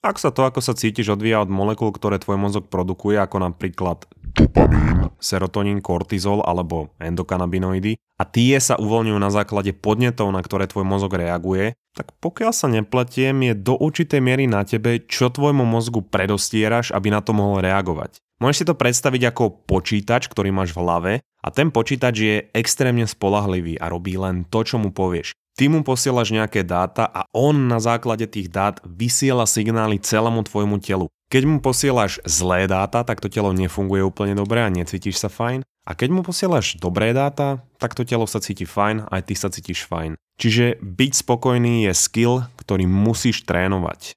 Ak sa to, ako sa cítiš, odvíja od molekúl, ktoré tvoj mozog produkuje, ako napríklad dopamín, serotonín, kortizol alebo endokannabinoidy, a tie sa uvoľňujú na základe podnetov, na ktoré tvoj mozog reaguje, tak pokiaľ sa nepletiem, je do určitej miery na tebe, čo tvojmu mozgu predostieraš, aby na to mohol reagovať. Môžeš si to predstaviť ako počítač, ktorý máš v hlave, a ten počítač je extrémne spoľahlivý a robí len to, čo mu povieš. Ty mu posielaš nejaké dáta a on na základe tých dát vysiela signály celému tvojmu telu. Keď mu posielaš zlé dáta, tak to telo nefunguje úplne dobre a necítiš sa fajn. A keď mu posielaš dobré dáta, tak to telo sa cíti fajn, aj ty sa cítiš fajn. Čiže byť spokojný je skill, ktorý musíš trénovať.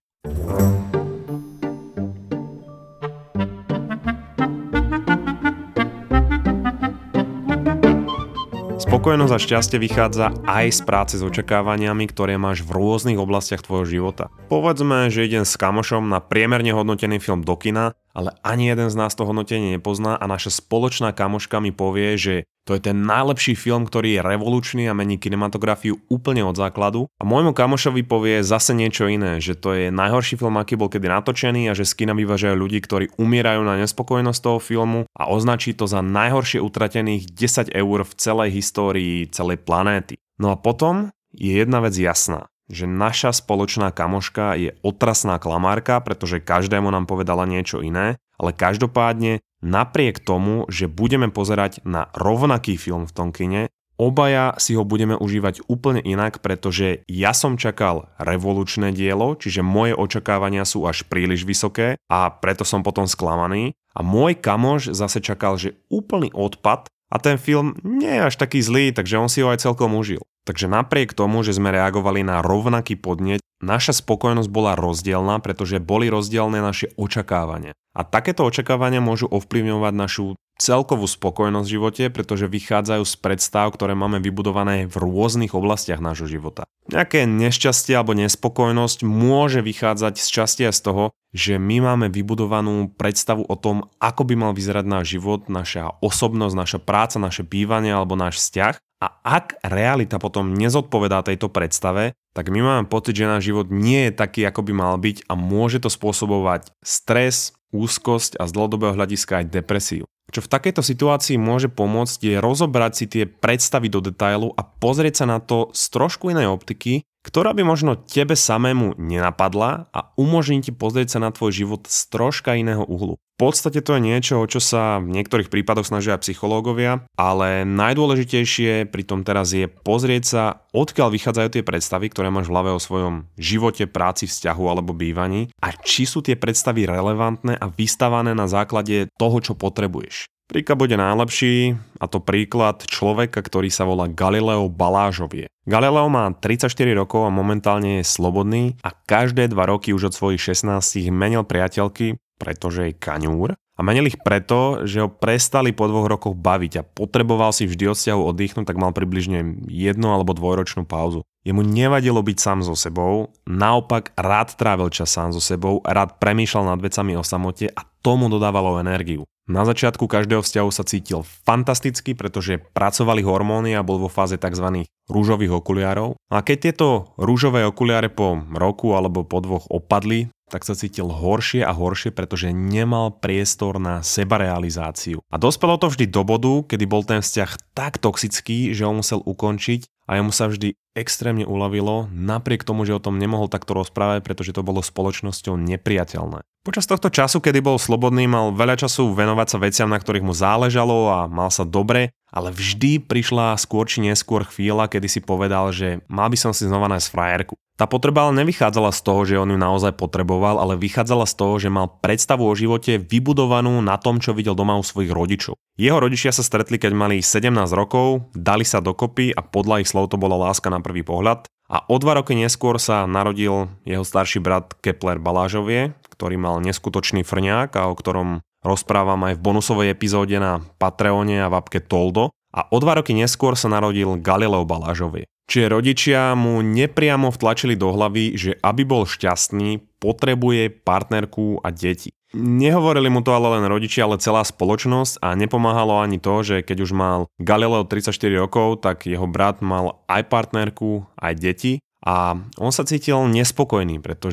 Spokojnosť a šťastie vychádza aj z práce s očakávaniami, ktoré máš v rôznych oblastiach tvojho života. Povedzme, že idem s kamošom na priemerne hodnotený film do kina, ale ani jeden z nás to hodnotenie nepozná a naša spoločná kamoška mi povie, že to je ten najlepší film, ktorý je revolučný a mení kinematografiu úplne od základu. A môjmu kamošovi povie zase niečo iné, že to je najhorší film, aký bol kedy natočený a že z kina vyvážajú ľudí, ktorí umierajú na nespokojnosť toho filmu, a označí to za najhoršie utratených 10 eur v celej histórii celej planéty. No a potom je jedna vec jasná, že naša spoločná kamoška je otrasná klamárka, pretože každému nám povedala niečo iné, ale každopádne napriek tomu, že budeme pozerať na rovnaký film v tom kine, obaja si ho budeme užívať úplne inak, pretože ja som čakal revolučné dielo, čiže moje očakávania sú až príliš vysoké a preto som potom sklamaný, a môj kamoš zase čakal, že úplný odpad a ten film nie je až taký zlý, takže on si ho aj celkom užil. Takže napriek tomu, že sme reagovali na rovnaký podnet, naša spokojnosť bola rozdielna, pretože boli rozdielne naše očakávania. A takéto očakávania môžu ovplyvňovať našu celkovú spokojnosť v živote, pretože vychádzajú z predstav, ktoré máme vybudované v rôznych oblastiach nášho života. Nejaké nešťastie alebo nespokojnosť môže vychádzať z častia z toho, že my máme vybudovanú predstavu o tom, ako by mal vyzerať náš život, naša osobnosť, naša práca, naše bývanie alebo náš vzťah. A ak realita potom nezodpovedá tejto predstave, tak my máme pocit, že náš život nie je taký, ako by mal byť, a môže to spôsobovať stres, úzkosť a z dlhodobého hľadiska aj depresiu. Čo v takejto situácii môže pomôcť, je rozobrať si tie predstavy do detailu a pozrieť sa na to z trošku inej optiky, ktorá by možno tebe samému nenapadla, a umožní ti pozrieť sa na tvoj život z troška iného uhlu. V podstate to je niečo, o čo sa v niektorých prípadoch snažia psychológovia, ale najdôležitejšie pri tom teraz je pozrieť sa, odkiaľ vychádzajú tie predstavy, ktoré máš v hlave o svojom živote, práci, vzťahu alebo bývaní, a či sú tie predstavy relevantné a vystavané na základe toho, čo potrebuješ. Príklad bude najlepší, a to príklad človeka, ktorý sa volá Galileo Balážovie. Galileo má 34 rokov a momentálne je slobodný a každé 2 roky už od svojich 16 menil priateľky, pretože je kaňúr, a menil ich preto, že ho prestali po 2 rokoch baviť a potreboval si vždy od vzťahu oddychnúť, tak mal približne 1 alebo 2-ročnú pauzu. Jemu nevadilo byť sám so sebou, naopak rád trávil čas sám so sebou, rád premýšľal nad vecami o samote a tomu dodávalo energiu. Na začiatku každého vzťahu sa cítil fantasticky, pretože pracovali hormóny a bol vo fáze tzv. Rúžových okuliarov. A keď tieto rúžové okuliare po roku alebo po 2 opadli, tak sa cítil horšie a horšie, pretože nemal priestor na sebarealizáciu. A dospelo to vždy do bodu, kedy bol ten vzťah tak toxický, že ho musel ukončiť, a jemu sa vždy extrémne uľavilo, napriek tomu, že o tom nemohol takto rozprávať, pretože to bolo spoločnosťou nepriateľné. Počas tohto času, kedy bol slobodný, mal veľa času venovať sa veciam, na ktorých mu záležalo, a mal sa dobre, ale vždy prišla skôr či neskôr chvíľa, kedy si povedal, že mal by som si znova nájsť frajerku. Tá potreba ale nevychádzala z toho, že on ju naozaj potreboval, ale vychádzala z toho, že mal predstavu o živote vybudovanú na tom, čo videl doma u svojich rodičov. Jeho rodičia sa stretli, keď mali 17 rokov, dali sa dokopy a podľa ich slov to bola láska na prvý pohľad. A o 2 roky neskôr sa narodil jeho starší brat Kepler Balážovie, ktorý mal neskutočný frňák a o ktorom rozprávam aj v bonusovej epizóde na Patreone a v appke Toldo. A o 2 roky neskôr sa narodil Galileo Balážovie. Čiže rodičia mu nepriamo vtlačili do hlavy, že aby bol šťastný, potrebuje partnerku a deti. Nehovorili mu to ale len rodičia, ale celá spoločnosť, a nepomáhalo ani to, že keď už mal Galileo 34 rokov, tak jeho brat mal aj partnerku, aj deti, a on sa cítil nespokojný, pretože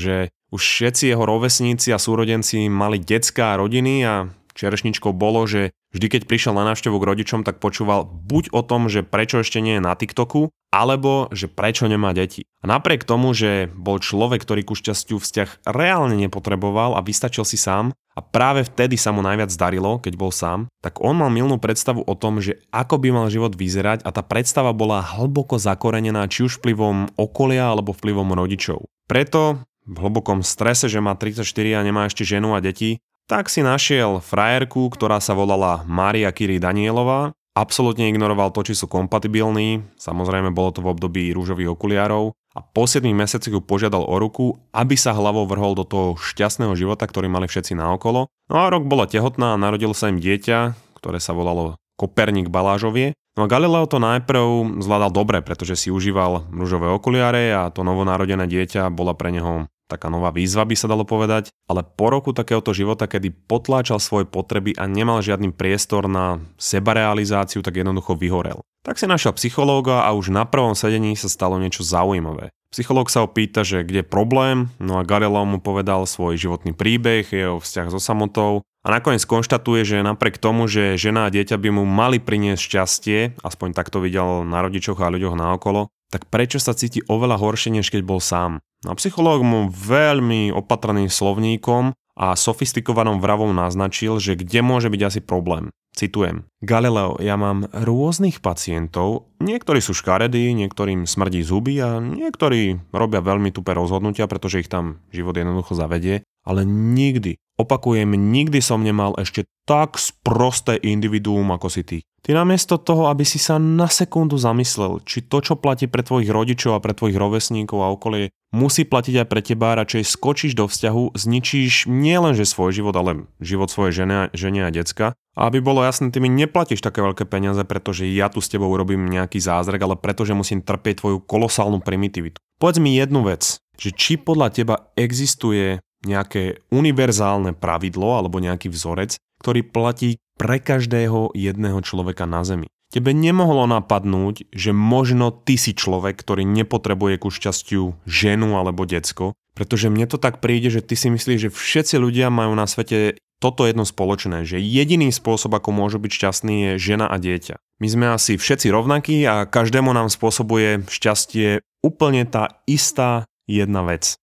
Už všetci jeho rovesníci a súrodenci mali decká a rodiny a čerešničkou bolo, že vždy keď prišiel na návštevu k rodičom, tak počúval buď o tom, že prečo ešte nie je na TikToku, alebo že prečo nemá deti. A napriek tomu, že bol človek, ktorý ku šťastiu vzťah reálne nepotreboval a vystačil si sám, a práve vtedy sa mu najviac darilo, keď bol sám, tak on mal mylnú predstavu o tom, že ako by mal život vyzerať, a tá predstava bola hlboko zakorenená či už vplyvom okolia alebo vplyvom rodičov. Preto v hlbokom strese, že má 34 a nemá ešte ženu a deti, tak si našiel frajerku, ktorá sa volala Mária Curie Danielová. Absolútne ignoroval to, či sú kompatibilní, samozrejme bolo to v období rúžových okuliarov, a po 7 mesiacoch ju požiadal o ruku, aby sa hlavou vrhol do toho šťastného života, ktorý mali všetci naokolo. No a rok bola tehotná a narodilo sa im dieťa, ktoré sa volalo Koperník Balážovie. No a Galileo to najprv zvládal dobre, pretože si užíval rúžové okuliare a to novonarodené dieťa bola pre neho taká nová výzva, by sa dalo povedať, ale po roku takéhoto života, kedy potláčal svoje potreby a nemal žiadny priestor na sebarealizáciu, tak jednoducho vyhorel. Tak si našiel psychológa a už na prvom sedení sa stalo niečo zaujímavé. Psychológ sa ho pýta, že kde je problém, no a Galileo mu povedal svoj životný príbeh, jeho vzťah so samotou a nakoniec konštatuje, že napriek tomu, že žena a dieťa by mu mali priniesť šťastie, aspoň takto videl na rodičoch a ľuďoch naokolo, tak prečo sa cíti oveľa horšie, než keď bol sám? No a psychológ mu veľmi opatrným slovníkom a sofistikovanom vravom naznačil, že kde môže byť asi problém. Citujem. Galileo, ja mám rôznych pacientov, niektorí sú škaredí, niektorým smrdí zuby a niektorí robia veľmi tupé rozhodnutia, pretože ich tam život jednoducho zavedie, ale nikdy, opakujem, nikdy som nemal ešte tak sprosté individuum ako si ty. Ty namiesto toho, aby si sa na sekundu zamyslel, či to, čo platí pre tvojich rodičov a pre tvojich rovesníkov a okolie, musí platiť aj pre teba, radšej skočíš do vzťahu, zničíš nielenže svoj život, ale život svojej ženy a decka. A aby bolo jasné, ty mi neplatíš také veľké peniaze, pretože ja tu s tebou urobím nejaký zázrak, ale pretože musím trpieť tvoju kolosálnu primitivitu. Povedz mi jednu vec, že či podľa teba existuje nejaké univerzálne pravidlo alebo nejaký vzorec, ktorý platí pre každého jedného človeka na Zemi. Tebe nemohlo napadnúť, že možno ty si človek, ktorý nepotrebuje ku šťastiu ženu alebo decko, pretože mne to tak príde, že ty si myslíš, že všetci ľudia majú na svete toto jedno spoločné, že jediný spôsob, ako môžu byť šťastný, je žena a dieťa. My sme asi všetci rovnakí a každému nám spôsobuje šťastie úplne tá istá jedna vec.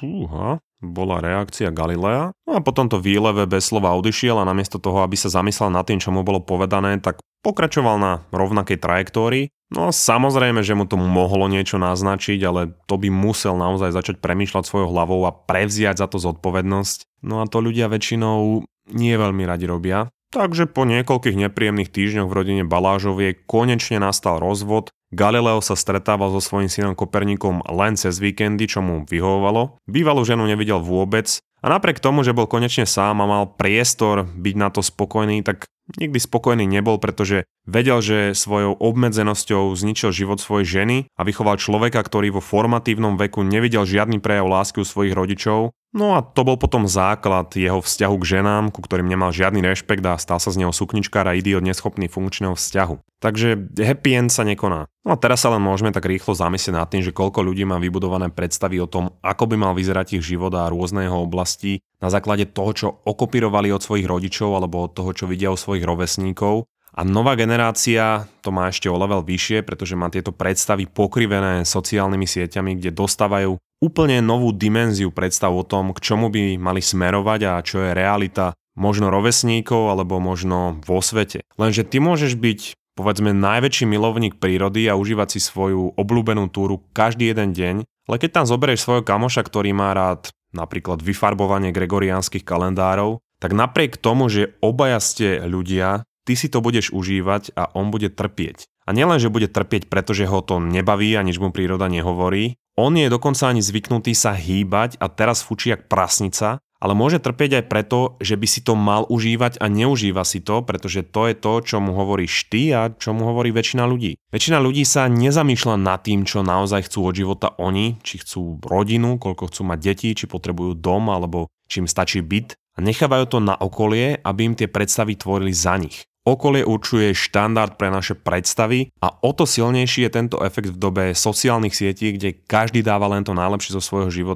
Bola reakcia Galilea. No a po tomto výleve bez slova odišiel a namiesto toho, aby sa zamyslel nad tým, čo mu bolo povedané, tak pokračoval na rovnakej trajektórii. No samozrejme, že mu to mohlo niečo naznačiť, ale to by musel naozaj začať premýšľať svojou hlavou a prevziať za to zodpovednosť. No a to ľudia väčšinou nie veľmi radi robia. Takže po niekoľkých nepríjemných týždňoch v rodine Balážovie konečne nastal rozvod. Galileo sa stretával so svojím synom Koperníkom len cez víkendy, čo mu vyhovovalo. Bývalú ženu nevidel vôbec a napriek tomu, že bol konečne sám a mal priestor byť na to spokojný, tak nikdy spokojný nebol, pretože vedel, že svojou obmedzenosťou zničil život svojej ženy a vychoval človeka, ktorý vo formatívnom veku nevidel žiadny prejav lásky u svojich rodičov. No a to bol potom základ jeho vzťahu k ženám, ku ktorým nemal žiadny rešpekt a stal sa z neho sukničkár a idiot neschopný funkčného vzťahu. Takže happy end sa nekoná. No a teraz sa len môžeme tak rýchlo zamyslieť nad tým, že koľko ľudí má vybudované predstavy o tom, ako by mal vyzerať ich život a rôzne jeho oblasti na základe toho, čo okopírovali od svojich rodičov alebo od toho, čo vidia u svojich rovesníkov. A nová generácia to má ešte o level vyššie, pretože má tieto predstavy pokrivené sociálnymi sieťami, kde dostávajú úplne novú dimenziu predstav o tom, k čomu by mali smerovať a čo je realita možno rovesníkov alebo možno vo svete. Lenže ty môžeš byť povedzme najväčší milovník prírody a užívať si svoju obľúbenú túru každý jeden deň, ale keď tam zoberieš svojho kamoša, ktorý má rád napríklad vyfarbovanie gregoriánskych kalendárov, tak napriek tomu, že obaja ste ľudia, ty si to budeš užívať a on bude trpieť. A nielen, že bude trpieť, pretože ho to nebaví a nič mu príroda nehovorí, on je dokonca ani zvyknutý sa hýbať a teraz fučí jak prasnica, ale môže trpieť aj preto, že by si to mal užívať a neužíva si to, pretože to je to, čo mu hovoríš ty a čo mu hovorí väčšina ľudí. Väčšina ľudí sa nezamýšľa nad tým, čo naozaj chcú od života oni, či chcú rodinu, koľko chcú mať detí, či potrebujú dom alebo či im stačí byt a nechávajú to na okolie, aby im tie predstavy tvorili za nich. Okolie určuje štandard pre naše predstavy a o to silnejší je tento efekt v dobe sociálnych sietí, kde každý dáva len to najlepšie zo svojho života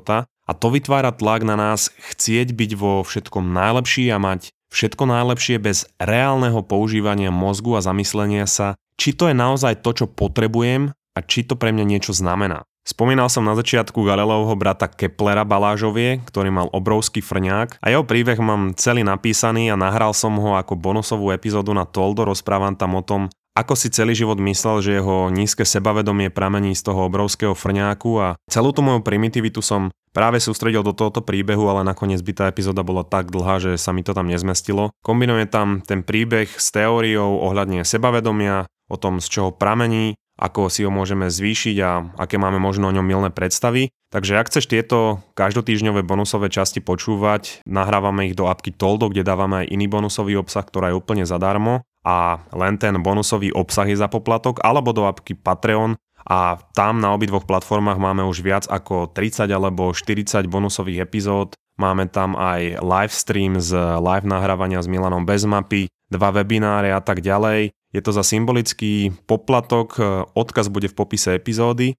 A to vytvára tlak na nás chcieť byť vo všetkom najlepší a mať všetko najlepšie bez reálneho používania mozgu a zamyslenia sa, či to je naozaj to, čo potrebujem a či to pre mňa niečo znamená. Spomínal som na začiatku Galileovho brata Keplera Balážovie, ktorý mal obrovský frňák a jeho príbeh mám celý napísaný a nahral som ho ako bonusovú epizódu na Toldo, rozprávam tam o tom, ako si celý život myslel, že jeho nízke sebavedomie pramení z toho obrovského frňáku a celú tú moju primitivitu som práve sústredil do tohoto príbehu, ale nakoniec by tá epizóda bola tak dlhá, že sa mi to tam nezmestilo. Kombinuje tam ten príbeh s teóriou ohľadne sebavedomia, o tom, z čoho pramení, ako si ho môžeme zvýšiť a aké máme možno o ňom mylné predstavy. Takže ak chceš tieto každotýždňové bonusové časti počúvať, nahrávame ich do apky Toldo, kde dávame aj iný bonusový obsah, ktorá je úplne zadarmo a len ten bonusový obsah je za poplatok, alebo do apky Patreon a tam na obidvoch platformách máme už viac ako 30 alebo 40 bonusových epizód. Máme tam aj live stream z live nahrávania s Milanom bez mapy, 2 webináre a tak ďalej. Je to za symbolický poplatok, odkaz bude v popise epizódy.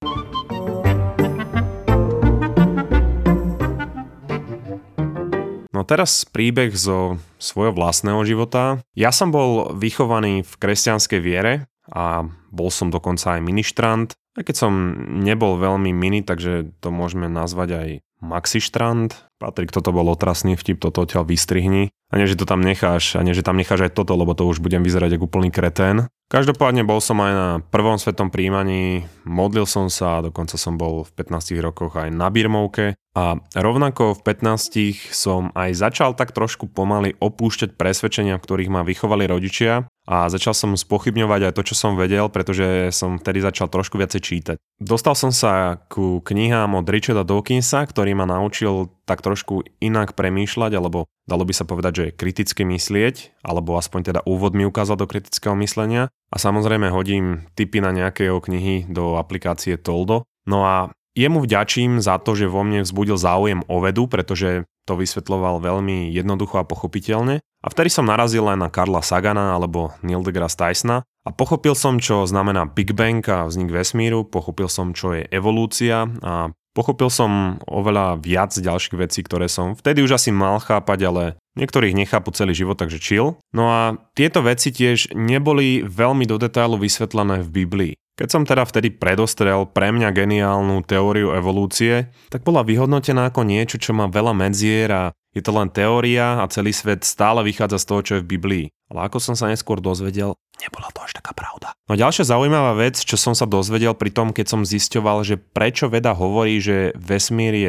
No teraz príbeh zo svojho vlastného života. Ja som bol vychovaný v kresťanskej viere a bol som dokonca aj ministrant. Aj keď som nebol veľmi mini, takže to môžeme nazvať aj maxištrant. Patrik, toto bol otrasný vtip, toto odtiaľ vystrihni. A nie, že to tam necháš, a nie, že tam necháš aj toto, lebo to už budem vyzerať ako úplný kretén. Každopádne bol som aj na prvom svetom prijímaní, modlil som sa, dokonca som bol v 15 rokoch aj na birmovke a rovnako v 15 som aj začal tak trošku pomaly opúšťať presvedčenia, v ktorých ma vychovali rodičia a začal som spochybňovať aj to, čo som vedel, pretože som vtedy začal trošku viacej čítať. Dostal som sa ku knihám od Richarda Dawkinsa, ktorý ma naučil tak trošku inak premýšľať, alebo dalo by sa povedať, že kriticky myslieť, alebo aspoň teda úvod mi ukázal do kritického myslenia. A samozrejme hodím tipy na nejaké jeho knihy do aplikácie Toldo. No a jemu vďačím za to, že vo mne vzbudil záujem o vedu, pretože to vysvetľoval veľmi jednoducho a pochopiteľne. A vtedy som narazil aj na Carla Sagana alebo Neil deGrasse Tysona a pochopil som, čo znamená Big Bang a vznik vesmíru, pochopil som, čo je evolúcia a pochopil som oveľa viac ďalších vecí, ktoré som vtedy už asi mal chápať, ale niektorých nechápu celý život, takže chill. No a tieto veci tiež neboli veľmi do detailu vysvetlené v Biblii. Keď som teda vtedy predostrel pre mňa geniálnu teóriu evolúcie, tak bola vyhodnotená ako niečo, čo má veľa medzier a je to len teória a celý svet stále vychádza z toho, čo je v Biblii. Ale ako som sa neskôr dozvedel, nebola to až taká pravda. No ďalšia zaujímavá vec, čo som sa dozvedel pri tom, keď som zisťoval, že prečo veda hovorí, že vesmír je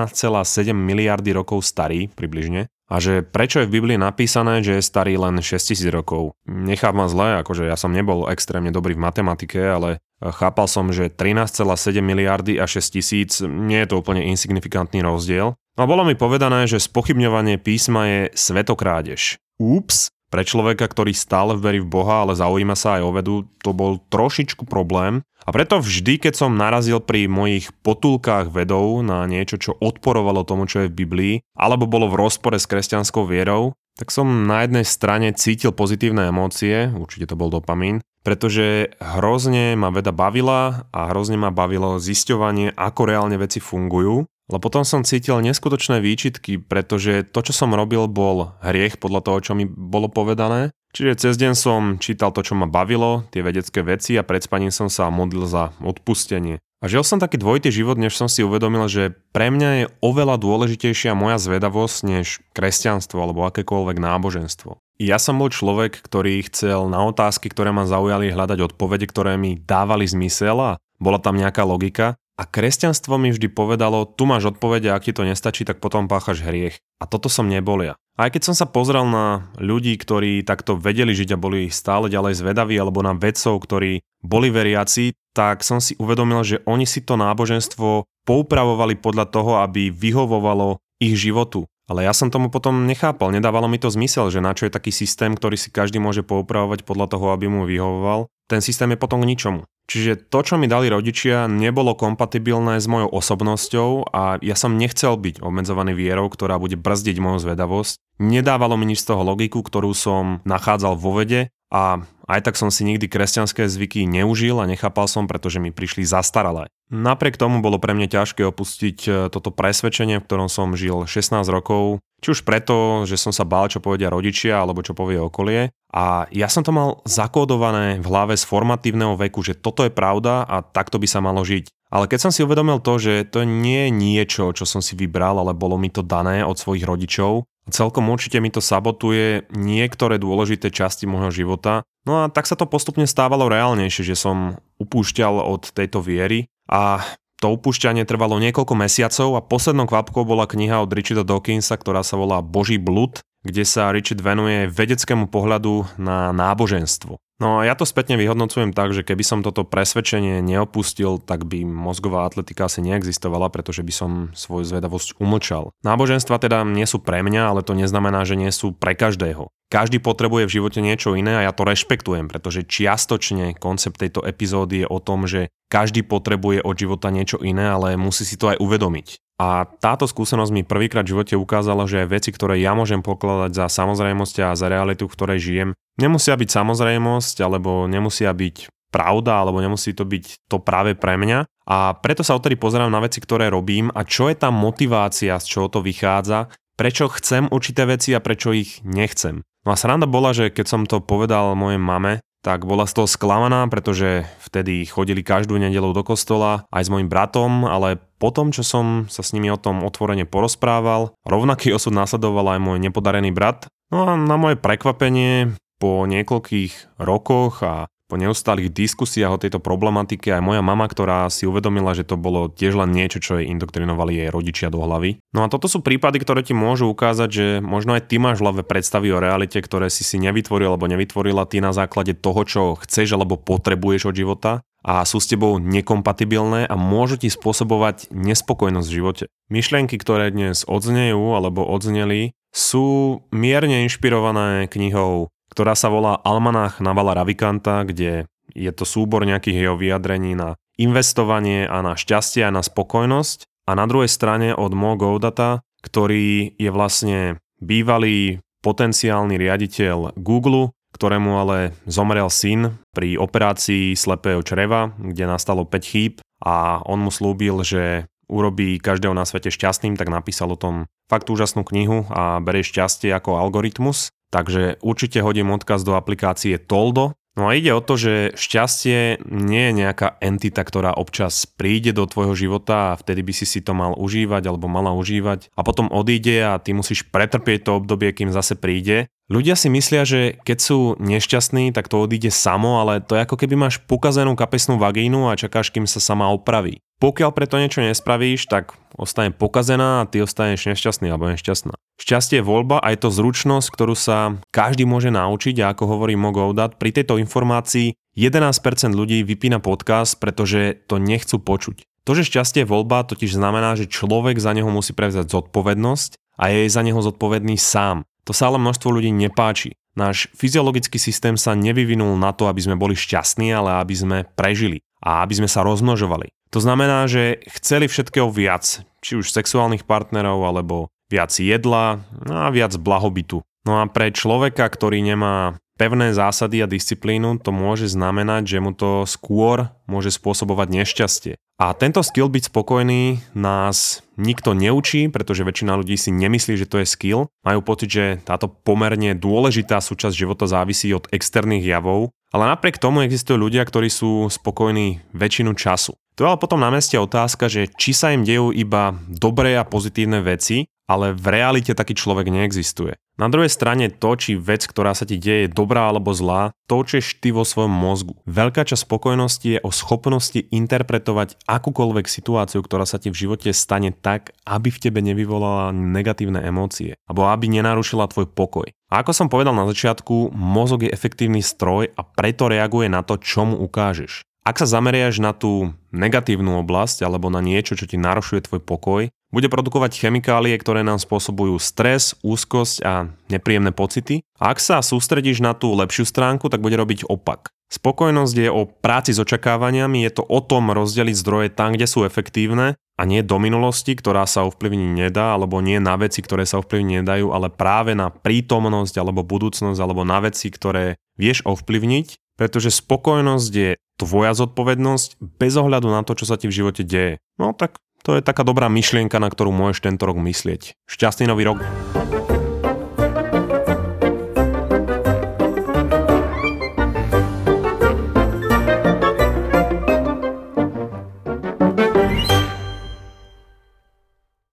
13,7 miliardy rokov starý, približne, a že prečo je v Biblii napísané, že je starý len 6000 rokov. Nechám ma zle, akože ja som nebol extrémne dobrý v matematike, ale chápal som, že 13,7 miliardy a 6000 nie je to úplne insignifikantný rozdiel. No a bolo mi povedané, že spochybňovanie písma je svetokrádež. Ups, pre človeka, ktorý stále verí v Boha, ale zaujíma sa aj o vedu, to bol trošičku problém. A preto vždy, keď som narazil pri mojich potulkách vedov na niečo, čo odporovalo tomu, čo je v Biblii, alebo bolo v rozpore s kresťanskou vierou, tak som na jednej strane cítil pozitívne emócie, určite to bol dopamín, pretože hrozne ma veda bavila a hrozne ma bavilo zisťovanie, ako reálne veci fungujú. Ale potom som cítil neskutočné výčitky, pretože to, čo som robil, bol hriech podľa toho, čo mi bolo povedané. Čiže cez deň som čítal to, čo ma bavilo, tie vedecké veci a pred spaním som sa modlil za odpustenie. A žil som taký dvojitý život, než som si uvedomil, že pre mňa je oveľa dôležitejšia moja zvedavosť než kresťanstvo alebo akékoľvek náboženstvo. Ja som bol človek, ktorý chcel na otázky, ktoré ma zaujali, hľadať odpovede, ktoré mi dávali zmysel a bola tam nejaká logika. A kresťanstvo mi vždy povedalo, tu máš odpovede, ak ti to nestačí, tak potom páchaš hriech. A toto som nebol ja. A aj keď som sa pozrel na ľudí, ktorí takto vedeli žiť a boli stále ďalej zvedaví, alebo na vedcov, ktorí boli veriaci, tak som si uvedomil, že oni si to náboženstvo poupravovali podľa toho, aby vyhovovalo ich životu. Ale ja som tomu potom nechápal, nedávalo mi to zmysel, že na čo je taký systém, ktorý si každý môže poupravovať podľa toho, aby mu vyhovoval. Ten systém je potom k ničomu. Čiže to, čo mi dali rodičia, nebolo kompatibilné s mojou osobnosťou a ja som nechcel byť obmedzovaný vierou, ktorá bude brzdiť moju zvedavosť. Nedávalo mi nič z toho logiku, ktorú som nachádzal vo vede A aj tak som si nikdy kresťanské zvyky neužil a nechápal som, pretože mi prišli zastaralé. Napriek tomu bolo pre mňa ťažké opustiť toto presvedčenie, v ktorom som žil 16 rokov, či už preto, že som sa bál, čo povedia rodičia alebo čo povie okolie. A ja som to mal zakódované v hlave z formatívneho veku, že toto je pravda a takto by sa malo žiť. Ale keď som si uvedomil to, že to nie je niečo, čo som si vybral, ale bolo mi to dané od svojich rodičov, celkom určite mi to sabotuje niektoré dôležité časti môjho života. No a tak sa to postupne stávalo reálnejšie, že som upúšťal od tejto viery a to upúšťanie trvalo niekoľko mesiacov a poslednou kvapkou bola kniha od Richarda Dawkinsa, ktorá sa volá Boží blud, kde sa Richard venuje vedeckému pohľadu na náboženstvo. No a ja to spätne vyhodnocujem tak, že keby som toto presvedčenie neopustil, tak by mozgová atletika asi neexistovala, pretože by som svoju zvedavosť umlčal. Náboženstva teda nie sú pre mňa, ale to neznamená, že nie sú pre každého. Každý potrebuje v živote niečo iné a ja to rešpektujem, pretože čiastočne koncept tejto epizódy je o tom, že každý potrebuje od života niečo iné, ale musí si to aj uvedomiť. A táto skúsenosť mi prvýkrát v živote ukázala, že aj veci, ktoré ja môžem pokladať za samozrejmosť a za realitu, v ktorej žijem, nemusia byť samozrejmosť, alebo nemusia byť pravda, alebo nemusí to byť to práve pre mňa. A preto sa odtedy pozerám na veci, ktoré robím a čo je tá motivácia, z čoho to vychádza, prečo chcem určité veci a prečo ich nechcem. No a sranda bola, že keď som to povedal mojej mame, tak bola z toho sklamaná, pretože vtedy chodili každú nedeľu do kostola aj s mojim bratom, ale potom, čo som sa s nimi o tom otvorene porozprával, rovnaký osud nasledoval aj môj nepodarený brat. No a na moje prekvapenie, po niekoľkých rokoch a po neustálých diskusiách o tejto problematike aj moja mama, ktorá si uvedomila, že to bolo tiež len niečo, čo jej indoktrinovali jej rodičia do hlavy. No a toto sú prípady, ktoré ti môžu ukázať, že možno aj ty máš v hlave predstavy o realite, ktoré si nevytvoril alebo nevytvorila ty na základe toho, čo chceš alebo potrebuješ od života a sú s tebou nekompatibilné a môžu ti spôsobovať nespokojnosť v živote. Myšlienky, ktoré dnes odznejú alebo odzneli, sú mierne inšpirované knihou, ktorá sa volá Almanach Navala Ravikanta, kde je to súbor nejakých jeho vyjadrení na investovanie a na šťastie a na spokojnosť. A na druhej strane od Mo Gaudatta, ktorý je vlastne bývalý potenciálny riaditeľ Google, ktorému ale zomrel syn pri operácii slepého čreva, kde nastalo 5 chýb a on mu slúbil, že urobí každého na svete šťastným, tak napísal o tom fakt úžasnú knihu a berie šťastie ako algoritmus. Takže určite hodím odkaz do aplikácie Toldo. No a ide o to, že šťastie nie je nejaká entita, ktorá občas príde do tvojho života a vtedy by si to mal užívať alebo mala užívať a potom odíde a ty musíš pretrpieť to obdobie, kým zase príde. Ľudia si myslia, že keď sú nešťastní, tak to odíde samo, ale to je ako keby máš pokazenú kapesnú vagínu a čakáš, kým sa sama opraví. Pokiaľ preto niečo nespravíš, tak ostane pokazená a ty ostaneš nešťastný alebo nešťastná. Šťastie je voľba a je to zručnosť, ktorú sa každý môže naučiť a ako hovorí Mo Gaudat, pri tejto informácii 11% ľudí vypína podcast, pretože to nechcú počuť. To, že šťastie je voľba, totiž znamená, že človek za neho musí prevziať zodpovednosť a je za neho zodpovedný sám. To sa ale množstvo ľudí nepáči. Náš fyziologický systém sa nevyvinul na to, aby sme boli šťastní, ale aby sme prežili a aby sme sa rozmnožovali. To znamená, že chceli všetkého viac, či už sexuálnych partnerov, alebo viac jedla a viac blahobytu. No a pre človeka, ktorý nemá pevné zásady a disciplínu, to môže znamenať, že mu to skôr môže spôsobovať nešťastie. A tento skill byť spokojný nás nikto neučí, pretože väčšina ľudí si nemyslí, že to je skill. Majú pocit, že táto pomerne dôležitá súčasť života závisí od externých javov, ale napriek tomu existujú ľudia, ktorí sú spokojní väčšinu času. To je ale potom na mieste otázka, že či sa im dejú iba dobré a pozitívne veci, ale v realite taký človek neexistuje. Na druhej strane to, či vec, ktorá sa ti deje, je dobrá alebo zlá, to určuješ ty vo svojom mozgu. Veľká časť spokojnosti je o schopnosti interpretovať akúkoľvek situáciu, ktorá sa ti v živote stane tak, aby v tebe nevyvolala negatívne emócie, alebo aby nenarušila tvoj pokoj. A ako som povedal na začiatku, mozog je efektívny stroj a preto reaguje na to, čo mu ukážeš. Ak sa zameriaš na tú negatívnu oblasť alebo na niečo, čo ti narušuje tvoj pokoj, bude produkovať chemikálie, ktoré nám spôsobujú stres, úzkosť a nepríjemné pocity. A ak sa sústredíš na tú lepšiu stránku, tak bude robiť opak. Spokojnosť je o práci s očakávaniami, je to o tom rozdeliť zdroje tam, kde sú efektívne a nie do minulosti, ktorá sa ovplyvniť nedá, alebo nie na veci, ktoré sa ovplyvniť nedajú, ale práve na prítomnosť alebo budúcnosť, alebo na veci, ktoré vieš ovplyvniť, pretože spokojnosť je tvoja zodpovednosť bez ohľadu na to, čo sa ti v živote deje. No tak to je taká dobrá myšlienka, na ktorú môžeš tento rok myslieť. Šťastný nový rok!